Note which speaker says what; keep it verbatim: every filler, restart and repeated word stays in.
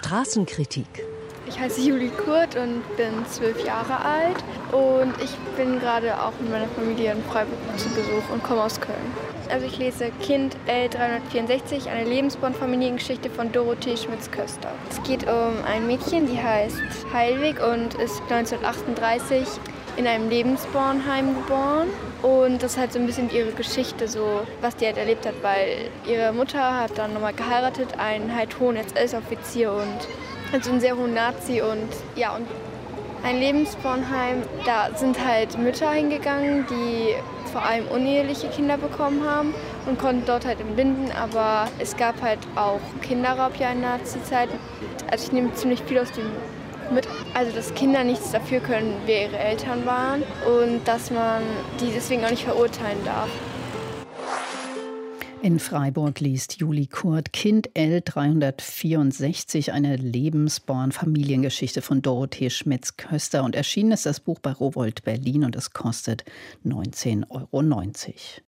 Speaker 1: Straßenkritik.
Speaker 2: Ich heiße Julie Kurt und bin zwölf Jahre alt und ich bin gerade auch mit meiner Familie in Freiburg zu Besuch und komme aus Köln. Also ich lese Kind L dreihundertvierundsechzig, eine Lebensborn-Familiengeschichte von Dorothee Schmitz-Köster. Es geht um ein Mädchen, die heißt Heilwig und ist neunzehnhundertachtunddreißig in einem Lebensbornheim geboren. Und das ist halt so ein bisschen ihre Geschichte, so was die halt erlebt hat, weil ihre Mutter hat dann nochmal geheiratet, einen halt hohen S S-Offizier und also einen sehr hohen Nazi und ja, und ein Lebensbornheim, da sind halt Mütter hingegangen, die vor allem uneheliche Kinder bekommen haben und konnten dort halt entbinden, aber es gab halt auch Kinderraub ja in der Nazi-Zeit. Also ich nehme ziemlich viel aus dem mit, also dass Kinder nichts dafür können, wer ihre Eltern waren und dass man die deswegen auch nicht verurteilen darf.
Speaker 3: In Freiburg liest Julie Kurt Kind L dreihundertvierundsechzig, eine Lebensborn-Familiengeschichte von Dorothee Schmitz-Köster. Und erschienen ist das Buch bei Rowohlt Berlin und es kostet neunzehn Euro neunzig.